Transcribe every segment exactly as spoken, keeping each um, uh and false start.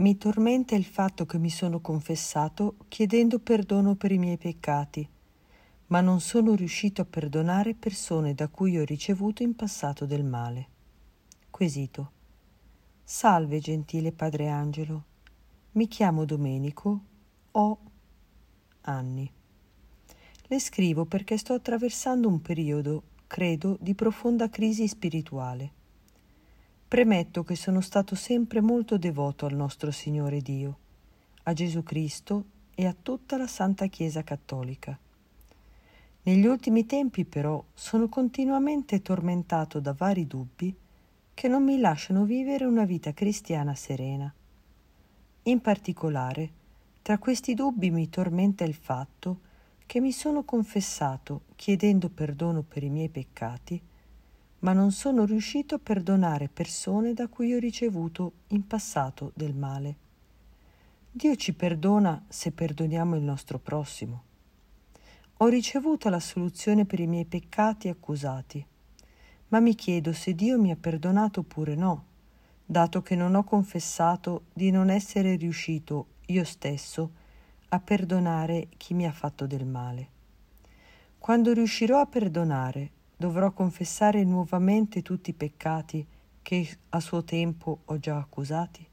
Mi tormenta il fatto che mi sono confessato chiedendo perdono per i miei peccati, ma non sono riuscito a perdonare persone da cui ho ricevuto in passato del male. Quesito. Salve, gentile Padre Angelo. Mi chiamo Domenico. Ho anni. Le scrivo perché sto attraversando un periodo, credo, di profonda crisi spirituale. Premetto che sono stato sempre molto devoto al nostro Signore Dio, a Gesù Cristo e a tutta la Santa Chiesa Cattolica. Negli ultimi tempi, però, sono continuamente tormentato da vari dubbi che non mi lasciano vivere una vita cristiana serena. In particolare, tra questi dubbi mi tormenta il fatto che mi sono confessato chiedendo perdono per i miei peccati, ma non sono riuscito a perdonare persone da cui ho ricevuto in passato del male. Dio ci perdona se perdoniamo il nostro prossimo. Ho ricevuto la soluzione per i miei peccati accusati, ma mi chiedo se Dio mi ha perdonato oppure no, dato che non ho confessato di non essere riuscito io stesso a perdonare chi mi ha fatto del male. Quando riuscirò a perdonare, dovrò confessare nuovamente tutti i peccati che a suo tempo ho già accusati?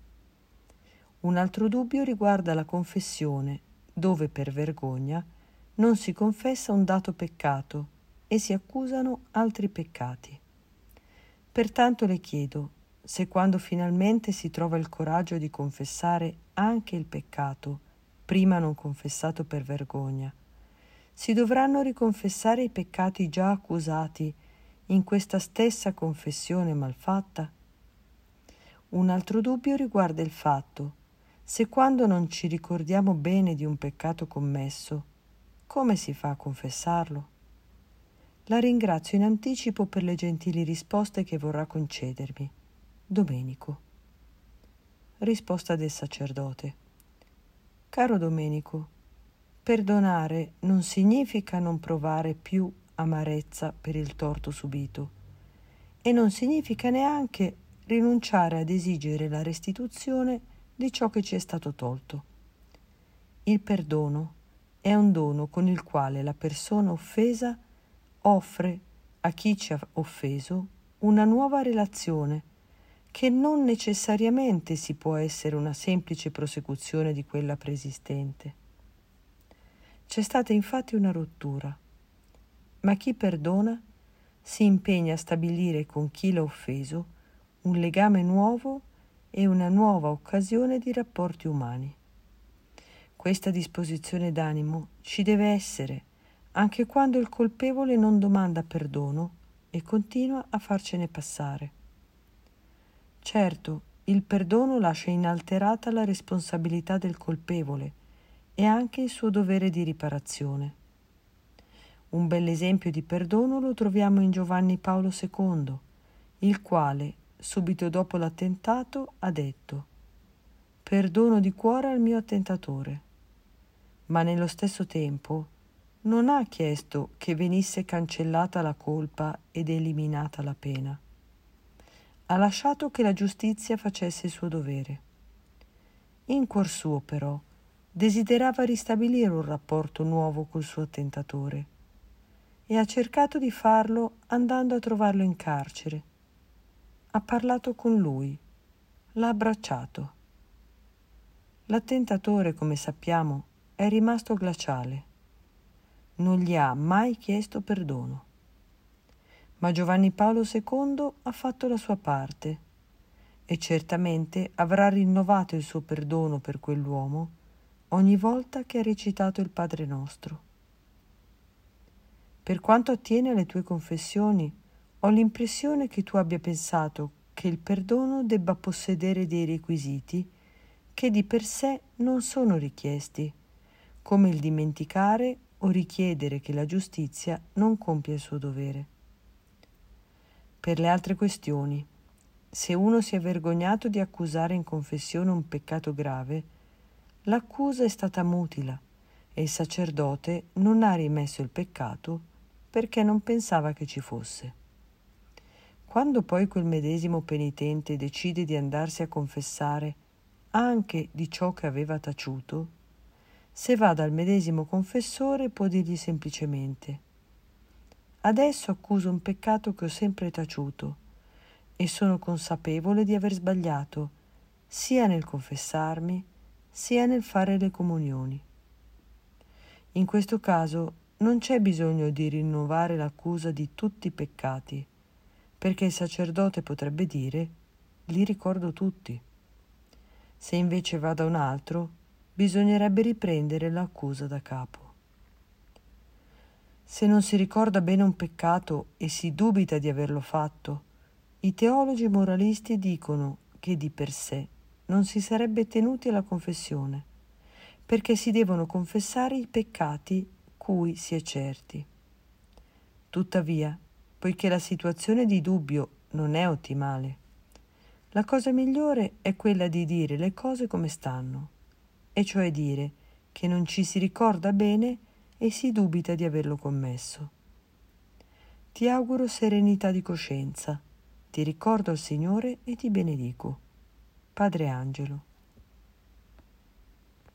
Un altro dubbio riguarda la confessione, dove per vergogna non si confessa un dato peccato e si accusano altri peccati. Pertanto le chiedo se quando finalmente si trova il coraggio di confessare anche il peccato, prima non confessato per vergogna, si dovranno riconfessare i peccati già accusati in questa stessa confessione malfatta? Un altro dubbio riguarda il fatto se quando non ci ricordiamo bene di un peccato commesso, come si fa a confessarlo? La ringrazio in anticipo per le gentili risposte che vorrà concedermi. Domenico. Risposta del sacerdote. Caro Domenico, perdonare non significa non provare più amarezza per il torto subito e non significa neanche rinunciare ad esigere la restituzione di ciò che ci è stato tolto. Il perdono è un dono con il quale la persona offesa offre a chi ci ha offeso una nuova relazione che non necessariamente si può essere una semplice prosecuzione di quella preesistente. C'è stata infatti una rottura, ma chi perdona si impegna a stabilire con chi l'ha offeso un legame nuovo e una nuova occasione di rapporti umani. Questa disposizione d'animo ci deve essere anche quando il colpevole non domanda perdono e continua a farcene passare. Certo, il perdono lascia inalterata la responsabilità del colpevole e anche il suo dovere di riparazione. Un bell'esempio di perdono lo troviamo in Giovanni Paolo secondo, il quale, subito dopo l'attentato, ha detto: «Perdono di cuore al mio attentatore», ma nello stesso tempo non ha chiesto che venisse cancellata la colpa ed eliminata la pena. Ha lasciato che la giustizia facesse il suo dovere. In cuor suo, però, desiderava ristabilire un rapporto nuovo col suo attentatore e ha cercato di farlo andando a trovarlo in carcere. Ha parlato con lui, l'ha abbracciato. L'attentatore, come sappiamo, è rimasto glaciale. Non gli ha mai chiesto perdono. Ma Giovanni Paolo secondo ha fatto la sua parte e certamente avrà rinnovato il suo perdono per quell'uomo ogni volta che ha recitato il Padre Nostro. Per quanto attiene alle tue confessioni, ho l'impressione che tu abbia pensato che il perdono debba possedere dei requisiti che di per sé non sono richiesti, come il dimenticare o richiedere che la giustizia non compia il suo dovere. Per le altre questioni, se uno si è vergognato di accusare in confessione un peccato grave, l'accusa è stata mutila e il sacerdote non ha rimesso il peccato perché non pensava che ci fosse. Quando poi quel medesimo penitente decide di andarsi a confessare anche di ciò che aveva taciuto, se va dal medesimo confessore può dirgli semplicemente: adesso accuso un peccato che ho sempre taciuto e sono consapevole di aver sbagliato sia nel confessarmi sia nel fare le comunioni. In questo caso non c'è bisogno di rinnovare l'accusa di tutti i peccati, perché il sacerdote potrebbe dire: li ricordo tutti. Se invece va da un altro, bisognerebbe riprendere l'accusa da capo. Se non si ricorda bene un peccato e si dubita di averlo fatto, i teologi moralisti dicono che di per sé non si sarebbe tenuti alla confessione, perché si devono confessare i peccati cui si è certi. Tuttavia, poiché la situazione di dubbio non è ottimale, la cosa migliore è quella di dire le cose come stanno, e cioè dire che non ci si ricorda bene e si dubita di averlo commesso. Ti auguro serenità di coscienza, ti ricordo al Signore e ti benedico. Padre Angelo.